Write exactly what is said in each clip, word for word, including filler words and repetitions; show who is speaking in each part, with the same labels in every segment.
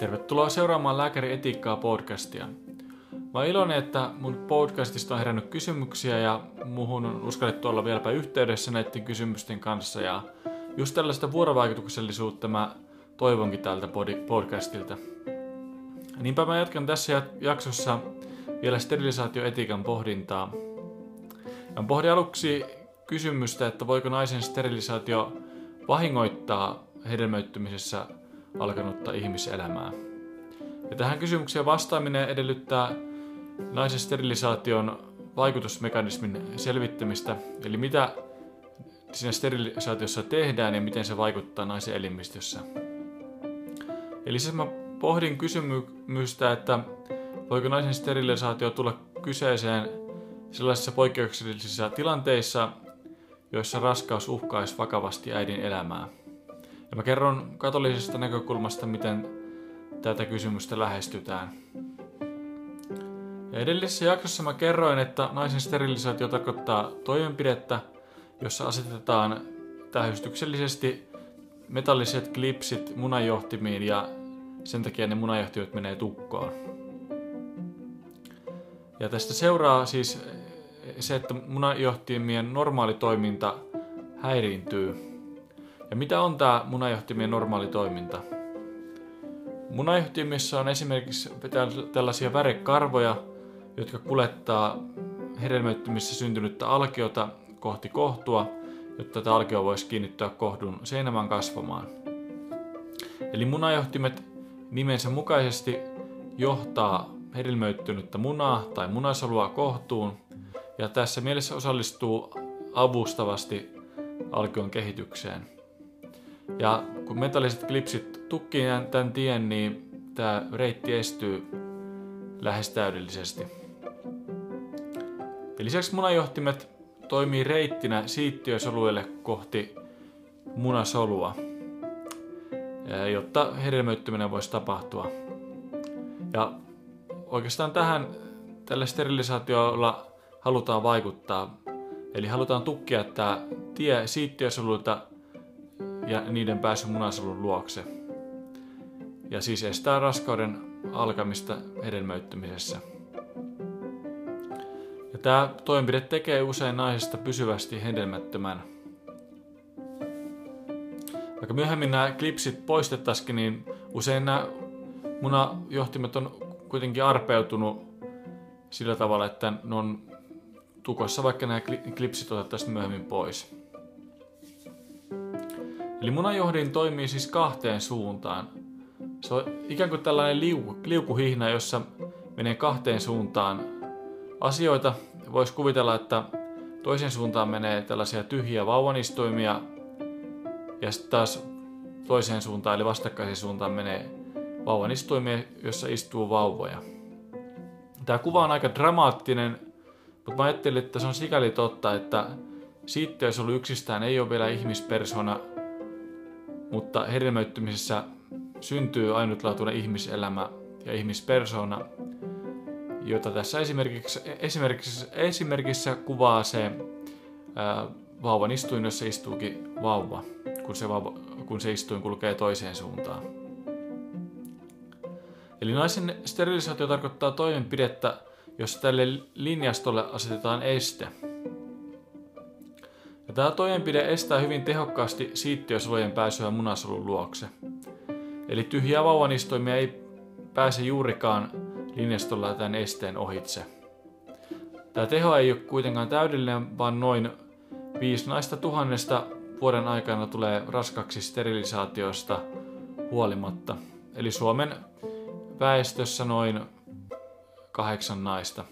Speaker 1: Tervetuloa seuraamaan Lääkäri Etiikkaa podcastia. Mä oon iloinen, että mun podcastista on herännyt kysymyksiä ja muuhun on uskallettu olla vieläpä yhteydessä näiden kysymysten kanssa. Ja just tällaista vuorovaikutuksellisuutta mä toivonkin tältä podcastilta. Niinpä mä jatkan tässä jaksossa vielä sterilisaatioetiikan pohdintaa. Mä pohdin aluksi kysymystä, että voiko naisen sterilisaatio vahingoittaa hedelmöittymisessä alkanutta ihmiselämää. Ja tähän kysymykseen vastaaminen edellyttää naisen sterilisaation vaikutusmekanismin selvittämistä, eli mitä siinä sterilisaatiossa tehdään ja miten se vaikuttaa naisen elimistössä. Eli siis mä pohdin kysymystä, että voiko naisen sterilisaatio tulla kyseeseen sellaisissa poikkeuksellisissa tilanteissa, joissa raskaus uhkaisi vakavasti äidin elämää. Ja mä kerron katolisesta näkökulmasta, miten tätä kysymystä lähestytään. Ja edellisessä jaksossa mä kerroin, että naisen sterilisaatio tarkoittaa toimenpidettä, jossa asetetaan tähystyksellisesti metalliset klipsit munanjohtimiin ja sen takia ne munanjohtimet menee tukkoon. Ja tästä seuraa siis se, että munanjohtimien normaali toiminta häiriintyy. Ja mitä on tämä munanjohtimien normaali toiminta? Munanjohtimissa on esimerkiksi tällaisia värekarvoja, jotka kuljettaa hedelmöittymissä syntynyttä alkiota kohti kohtua, jotta tätä alkio voisi kiinnittyä kohdun seinämään kasvamaan. Eli munanjohtimet nimensä mukaisesti johtaa hedelmöittynyttä munaa tai munasolua kohtuun, ja tässä mielessä osallistuu avustavasti alkion kehitykseen. Ja kun metalliset klipsit tukkii tämän tien, niin tämä reitti estyy lähes täydellisesti. Ja lisäksi munanjohtimet toimii reittinä siittiösoluille kohti munasolua, jotta hedelmöittyminen voisi tapahtua. Ja oikeastaan tähän tällä sterilisaatiolla halutaan vaikuttaa. Eli halutaan tukkia tämä tie siittiösoluilta ja niiden pääsy munasolun luokse. Ja siis estää raskauden alkamista hedelmöittymisessä. Ja tämä toimenpide tekee usein naisesta pysyvästi hedelmättömän. Vaikka myöhemmin nämä klipsit poistettaisiin, niin usein nämä munajohtimet on kuitenkin arpeutunut sillä tavalla, että ne on tukossa, vaikka nämä klipsit otettaisiin myöhemmin pois. Eli munanjohdin toimii siis kahteen suuntaan. Se on ikään kuin tällainen liuku, liukuhihna, jossa menee kahteen suuntaan asioita. Voisi kuvitella, että toisen suuntaan menee tällaisia tyhjiä vauvanistuimia ja sitten taas toiseen suuntaan eli vastakkaiseen suuntaan menee vauvanistuimia, jossa istuu vauvoja. Tämä kuva on aika dramaattinen, mutta mä ajattelin, että se on sikäli totta, että siittiösolu yksistään ei ole vielä ihmispersona, mutta hedelmöittymisessä syntyy ainutlaatuinen ihmiselämä ja ihmispersona, jota tässä esimerkiksi, esimerkiksi, esimerkissä kuvaa se ää, vauvan istuin, jossa istuukin vauva, kun se, vauva, kun se istuin kulkee toiseen suuntaan. Eli naisen sterilisaatio tarkoittaa toimenpidettä, jossa tälle linjastolle asetetaan este. Ja tämä toimenpide estää hyvin tehokkaasti siittiösolujen pääsyä munasolun luokse. Eli tyhjiä vauvanistuimia ei pääse juurikaan linjastolla tämän esteen ohitse. Tämä teho ei ole kuitenkaan täydellinen, vaan noin viisi naista tuhannesta vuoden aikana tulee raskaaksi sterilisaatiosta huolimatta. Eli Suomen väestössä noin kahdeksan naista.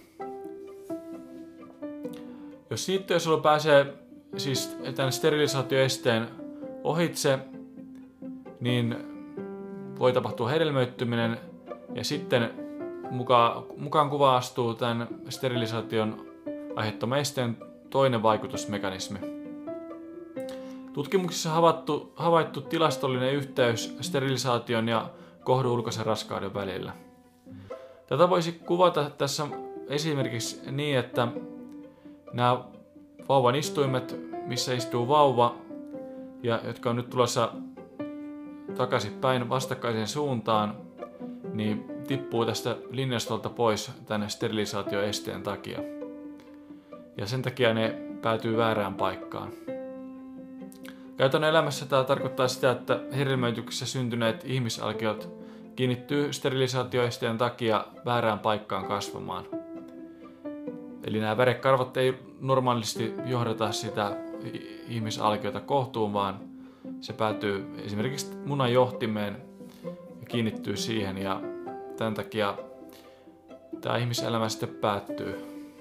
Speaker 1: Jos siittiösolu pääsee siis tämän sterilisaatioesteen ohitse, niin voi tapahtua hedelmöittyminen ja sitten mukaan, mukaan kuvaan astuu tämän sterilisaation aiheuttama esteen toinen vaikutusmekanismi. Tutkimuksissa havaittu, havaittu tilastollinen yhteys sterilisaation ja kohdun ulkoisen raskauden välillä. Tätä voisi kuvata tässä esimerkiksi niin, että nämä vauvan istuimet, missä istuu vauva, ja jotka on nyt tulossa takaisin päin vastakkaiseen suuntaan, niin tippuu tästä linjastolta pois tänne sterilisaatioesteen takia. Ja sen takia ne päätyy väärään paikkaan. Käytännön elämässä tämä tarkoittaa sitä, että hedelmöityksessä syntyneet ihmisalkiot kiinnittyy sterilisaatioesteen takia väärään paikkaan kasvamaan. Eli nämä värekarvat ei normaalisti johdata sitä ihmisalkiota kohtuun, vaan se päätyy esimerkiksi munan johtimeen ja kiinnittyy siihen, ja tämän takia tämä ihmiselämä sitten päättyy.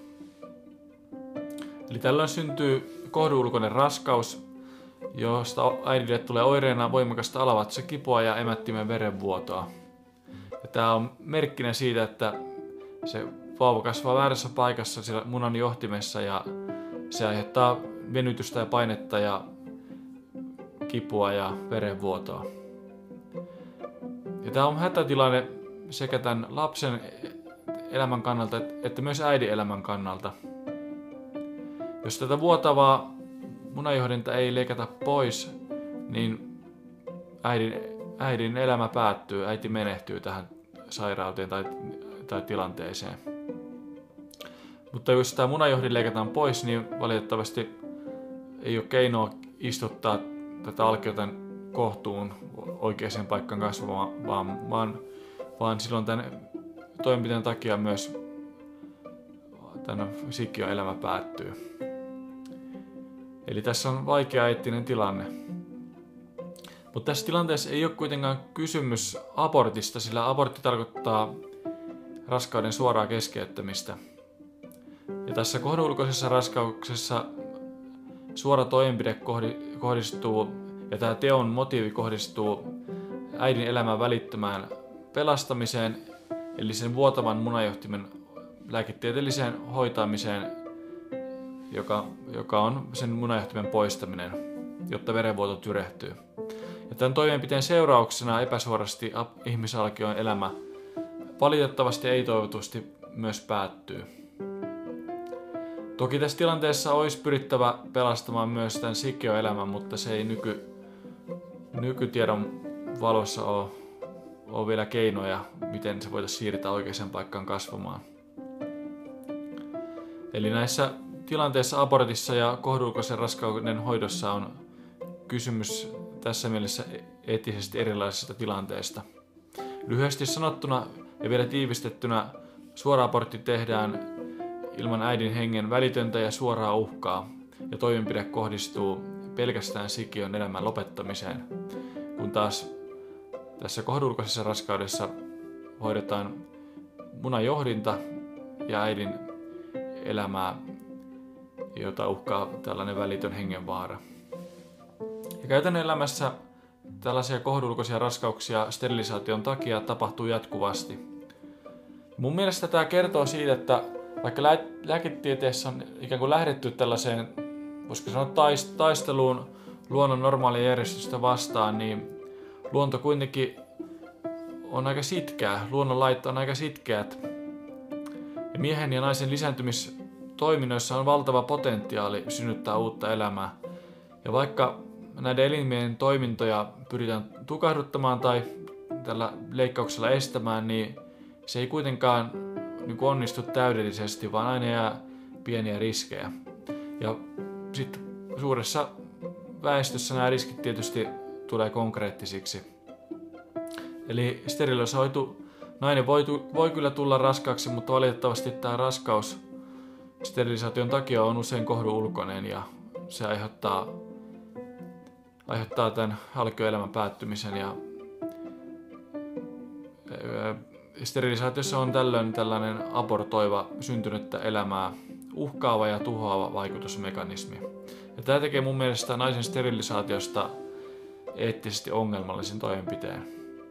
Speaker 1: Eli tällöin syntyy kohdun-ulkoinen raskaus, josta äidille tulee oireena voimakasta alavatsakipoa ja emättimen verenvuotoa. Ja tämä on merkkinä siitä, että se vauva kasvaa väärässä paikassa siellä munan johtimessa ja se aiheuttaa venytystä ja painetta ja kipua ja verenvuotoa. Ja tämä on hätätilanne sekä tämän lapsen elämän kannalta että myös äidin elämän kannalta. Jos tätä vuotavaa munanjohdinta ei leikata pois, niin äidin, äidin elämä päättyy, äiti menehtyy tähän sairauteen tai, tai tilanteeseen. Mutta jos tämä munanjohdin leikataan pois, niin valitettavasti ei ole keinoa istuttaa tätä alkiota kohtuun oikeaan paikkaan kasvamaan, vaan, vaan, vaan silloin tämän toimenpiteen takia myös tämän sikiön elämä päättyy. Eli tässä on vaikea eettinen tilanne. Mutta tässä tilanteessa ei ole kuitenkaan kysymys abortista, sillä abortti tarkoittaa raskauden suoraa keskeyttämistä. Ja tässä kohdun-ulkoisessa raskauksessa suora toimenpide kohdistuu, ja tämä teon motiivi kohdistuu äidin elämän välittömään pelastamiseen, eli sen vuotavan munanjohtimen lääketieteelliseen hoitamiseen, joka, joka on sen munanjohtimen poistaminen, jotta verenvuoto tyrehtyy. Ja tämän toimenpiteen seurauksena epäsuorasti ihmisalkion elämä valitettavasti ei toivotusti myös päättyy. Toki tässä tilanteessa olisi pyrittävä pelastamaan myös tämän sikiön elämän, mutta se ei nyky, nykytiedon valossa ole, ole vielä keinoja, miten se voitaisiin siirtää oikeaan paikkaan kasvamaan. Eli näissä tilanteissa abortissa ja kohdun-ulkoisen raskauden hoidossa on kysymys tässä mielessä eettisesti erilaisesta tilanteesta. Lyhyesti sanottuna ja vielä tiivistettynä suora abortti tehdään ilman äidin hengen välitöntä ja suoraa uhkaa, ja toimenpide kohdistuu pelkästään sikiön elämän lopettamiseen, kun taas tässä kohdun-ulkoisessa raskaudessa hoidetaan munanjohdinta ja äidin elämää, jota uhkaa tällainen välitön hengenvaara. Ja käytännön elämässä tällaisia kohdun-ulkoisia raskauksia sterilisaation takia tapahtuu jatkuvasti. Mun mielestä tämä kertoo siitä, että vaikka lää- lääketieteessä on ikään kuin lähdetty tällaiseen, voisiko sanoa taist- taisteluun luonnon normaalia järjestystä vastaan, niin luonto kuitenkin on aika sitkeä, luonnonlait on aika sitkeät. Ja miehen ja naisen lisääntymistoiminnoissa on valtava potentiaali synnyttää uutta elämää. Ja vaikka näiden elimien toimintoja pyritään tukahduttamaan tai tällä leikkauksella estämään, niin se ei kuitenkaan niin kuin onnistu täydellisesti, vaan aina jää pieniä riskejä. Ja sitten suuressa väestössä nämä riskit tietysti tulee konkreettisiksi. Eli sterilisoitu nainen voi, voi kyllä tulla raskaaksi, mutta valitettavasti tämä raskaus sterilisaation takia on usein kohdun ulkoinen ja se aiheuttaa, aiheuttaa tämän alkioelämän päättymisen. Ja sterilisaatiossa on tällöin tällainen abortoiva syntynyttä elämää uhkaava ja tuhoava vaikutusmekanismi. Ja tämä tekee mun mielestä naisen sterilisaatiosta eettisesti ongelmallisen toimenpiteen.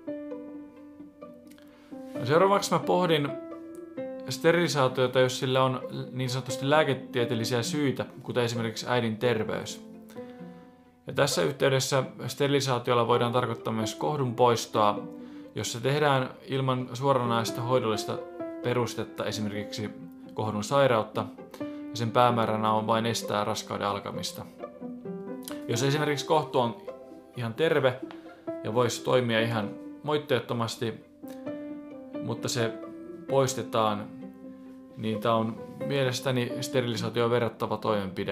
Speaker 1: No seuraavaksi mä pohdin sterilisaatiota, jos sillä on niin sanotusti lääketieteellisiä syitä, kuten esimerkiksi äidin terveys. Ja tässä yhteydessä sterilisaatiolla voidaan tarkoittaa myös kohdun poistoa, jos se tehdään ilman suoranaista hoidollista perustetta, esimerkiksi kohdun sairautta, ja sen päämääränä on vain estää raskauden alkamista. Jos esimerkiksi kohtu on ihan terve ja voisi toimia ihan moitteettomasti, mutta se poistetaan, niin tämä on mielestäni sterilisaatioon verrattava toimenpide.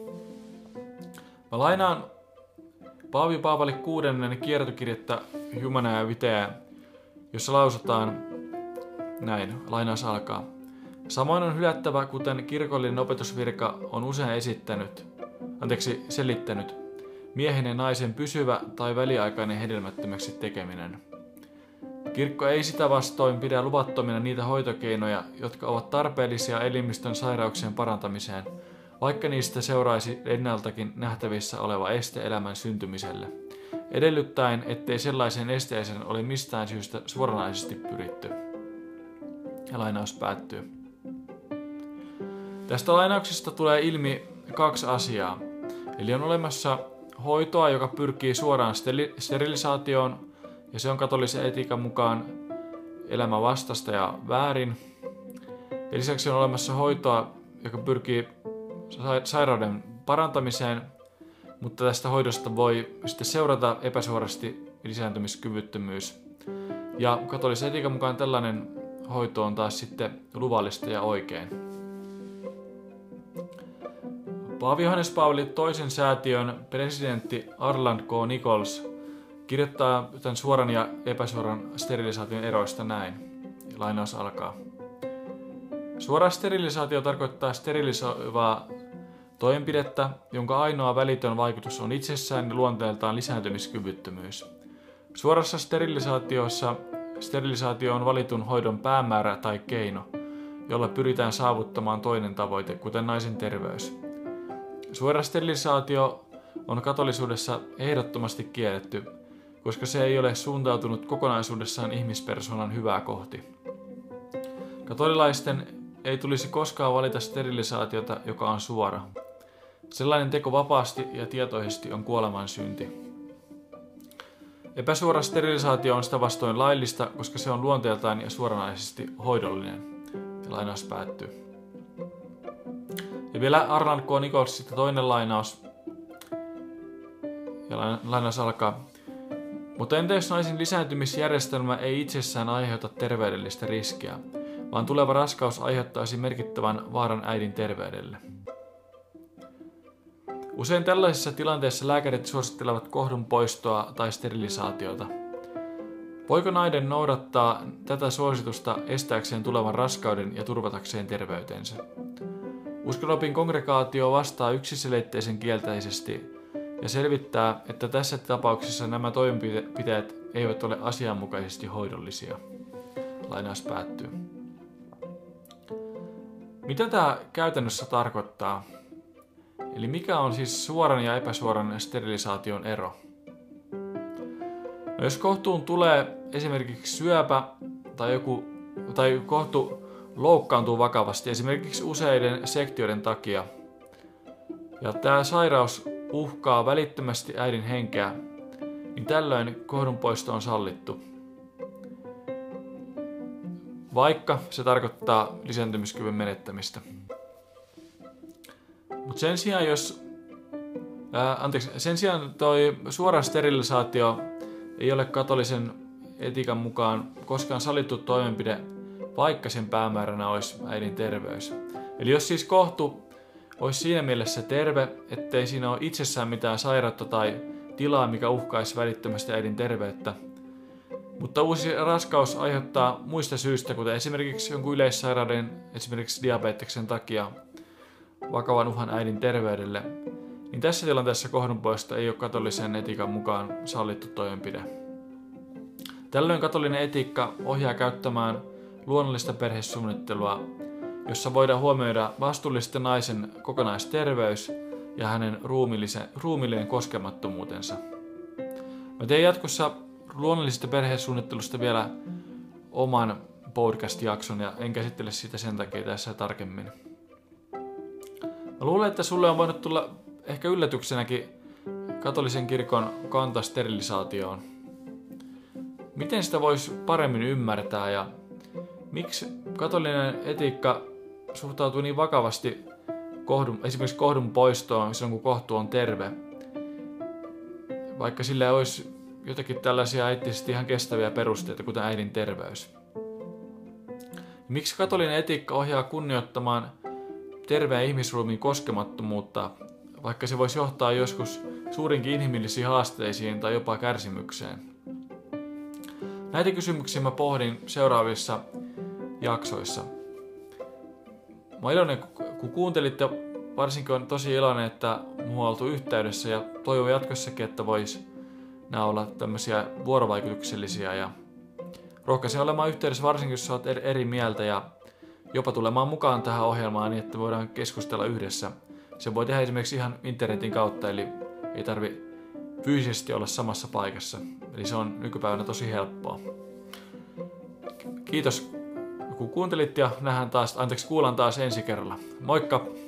Speaker 1: Mä lainaan Paavi Paavali kuudennen kiertokirjettä Humanae Vitae, jossa lausutaan näin, lainaus alkaa. Samoin on hylättävä, kuten kirkollinen opetusvirka on usein esittänyt, anteeksi, selittänyt, miehen ja naisen pysyvä tai väliaikainen hedelmättömäksi tekeminen. Kirkko ei sitä vastoin pidä luvattomina niitä hoitokeinoja, jotka ovat tarpeellisia elimistön sairauksien parantamiseen, vaikka niistä seuraisi ennaltakin nähtävissä oleva este elämän syntymiselle, edellyttäen, ettei sellaisen esteeseen ole mistään syystä suoranaisesti pyritty. Ja lainaus päättyy. Tästä lainauksesta tulee ilmi kaksi asiaa. Eli on olemassa hoitoa, joka pyrkii suoraan sterilisaatioon, ja se on katolisen etiikan mukaan elämän vastaista ja väärin. Ja lisäksi on olemassa hoitoa, joka pyrkii sairauden parantamiseen, mutta tästä hoidosta voi sitten seurata epäsuorasti lisääntymiskyvyttömyys. Ja katolisen etiikan mukaan tällainen hoito on taas sitten luvallista ja oikein. Paavi Johannes Paavali toisen säätiön presidentti Arland K. Nichols kirjoittaa tämän suoran ja epäsuoran sterilisaation eroista näin. Lainaus alkaa. Suora sterilisaatio tarkoittaa sterilisoivaa toimenpidettä, jonka ainoa välitön vaikutus on itsessään ja luonteeltaan lisääntymiskyvyttömyys. Suorassa sterilisaatiossa sterilisaatio on valitun hoidon päämäärä tai keino, jolla pyritään saavuttamaan toinen tavoite, kuten naisen terveys. Suora sterilisaatio on katolisuudessa ehdottomasti kielletty, koska se ei ole suuntautunut kokonaisuudessaan ihmispersonan hyvää kohti. Katolilaisten ei tulisi koskaan valita sterilisaatiota, joka on suora. Sellainen teko vapaasti ja tietoisesti on kuoleman synti. Epäsuora sterilisaatio on sitä vastoin laillista, koska se on luonteeltaan ja suoranaisesti hoidollinen. Ja lainaus päättyy. Ja vielä Arland K. Nicholsista toinen lainaus. Ja lainaus alkaa. Mutta entä jos naisen lisääntymisjärjestelmä ei itsessään aiheuta terveydellistä riskiä, vaan tuleva raskaus aiheuttaisi merkittävän vaaran äidin terveydelle? Usein tällaisissa tilanteissa lääkärit suosittelevat kohdun poistoa tai sterilisaatiota. Voiko nainen noudattaa tätä suositusta estääkseen tulevan raskauden ja turvatakseen terveytensä? Uskonnopin kongregaatio vastaa yksiselitteisen kielteisesti ja selvittää, että tässä tapauksessa nämä toimenpiteet eivät ole asianmukaisesti hoidollisia. Lainaus päättyy. Mitä tämä käytännössä tarkoittaa? Eli mikä on siis suoran ja epäsuoran sterilisaation ero? No jos kohtuun tulee esimerkiksi syöpä tai, joku, tai kohtu loukkaantuu vakavasti esimerkiksi useiden sektioiden takia, ja tämä sairaus uhkaa välittömästi äidin henkeä, niin tällöin kohdunpoisto on sallittu. Vaikka se tarkoittaa lisääntymiskyvyn menettämistä. Mutta sen sijaan, jos, ää, anteeksi, sen sijaan toi suora sterilisaatio ei ole katolisen etiikan mukaan koskaan sallittu toimenpide, vaikka sen päämääränä olisi äidin terveys. Eli jos siis kohtu olisi siinä mielessä terve, ettei siinä ole itsessään mitään sairautta tai tilaa, mikä uhkaisi välittömästi äidin terveyttä, mutta uusi raskaus aiheuttaa muista syistä, kuten esimerkiksi jonkun yleissairauden, esimerkiksi diabeteksen takia, vakavan uhan äidin terveydelle, niin tässä tilanteessa kohdunpoisto ei ole katolisen etiikan mukaan sallittu toimenpide. Tällöin katolinen etiikka ohjaa käyttämään luonnollista perhesuunnittelua, jossa voidaan huomioida vastuullisten naisen kokonaisterveys ja hänen ruumiillinen koskemattomuutensa. Mä teen jatkossa luonnollisesta perhesuunnittelusta vielä oman podcast-jakson ja en käsittele sitä sen takia tässä tarkemmin. Mä luulen, että sulle on voinut tulla ehkä yllätyksenäkin katolisen kirkon kanta sterilisaatioon. Miten sitä voisi paremmin ymmärtää ja miksi katolinen etiikka suhtautuu niin vakavasti kohdun, esimerkiksi kohdun poistoon silloin, kun kohtu on terve, vaikka sillä olisi jotakin tällaisia eettisesti ihan kestäviä perusteita, kuten äidin terveys. Miksi katolinen etiikka ohjaa kunnioittamaan terveen ihmisruumiin koskemattomuutta, vaikka se voisi johtaa joskus suurinkin inhimillisiin haasteisiin tai jopa kärsimykseen? Näitä kysymyksiä mä pohdin seuraavissa jaksoissa. Mä oon iloinen, kun kuuntelitte, varsinkin on tosi iloinen, että mulla on oltu yhteydessä ja toivon jatkossakin, että vois nämä olla tämmöisiä vuorovaikutuksellisia ja rohkaisen olemaan yhteydessä varsinkin, jos sä oot eri mieltä ja jopa tulemaan mukaan tähän ohjelmaan niin, että voidaan keskustella yhdessä. Se voi tehdä esimerkiksi ihan internetin kautta, eli ei tarvi fyysisesti olla samassa paikassa. Eli se on nykypäivänä tosi helppoa. Kiitos kun kuuntelit ja nähdään taas, anteeksi kuullaan taas ensi kerralla. Moikka!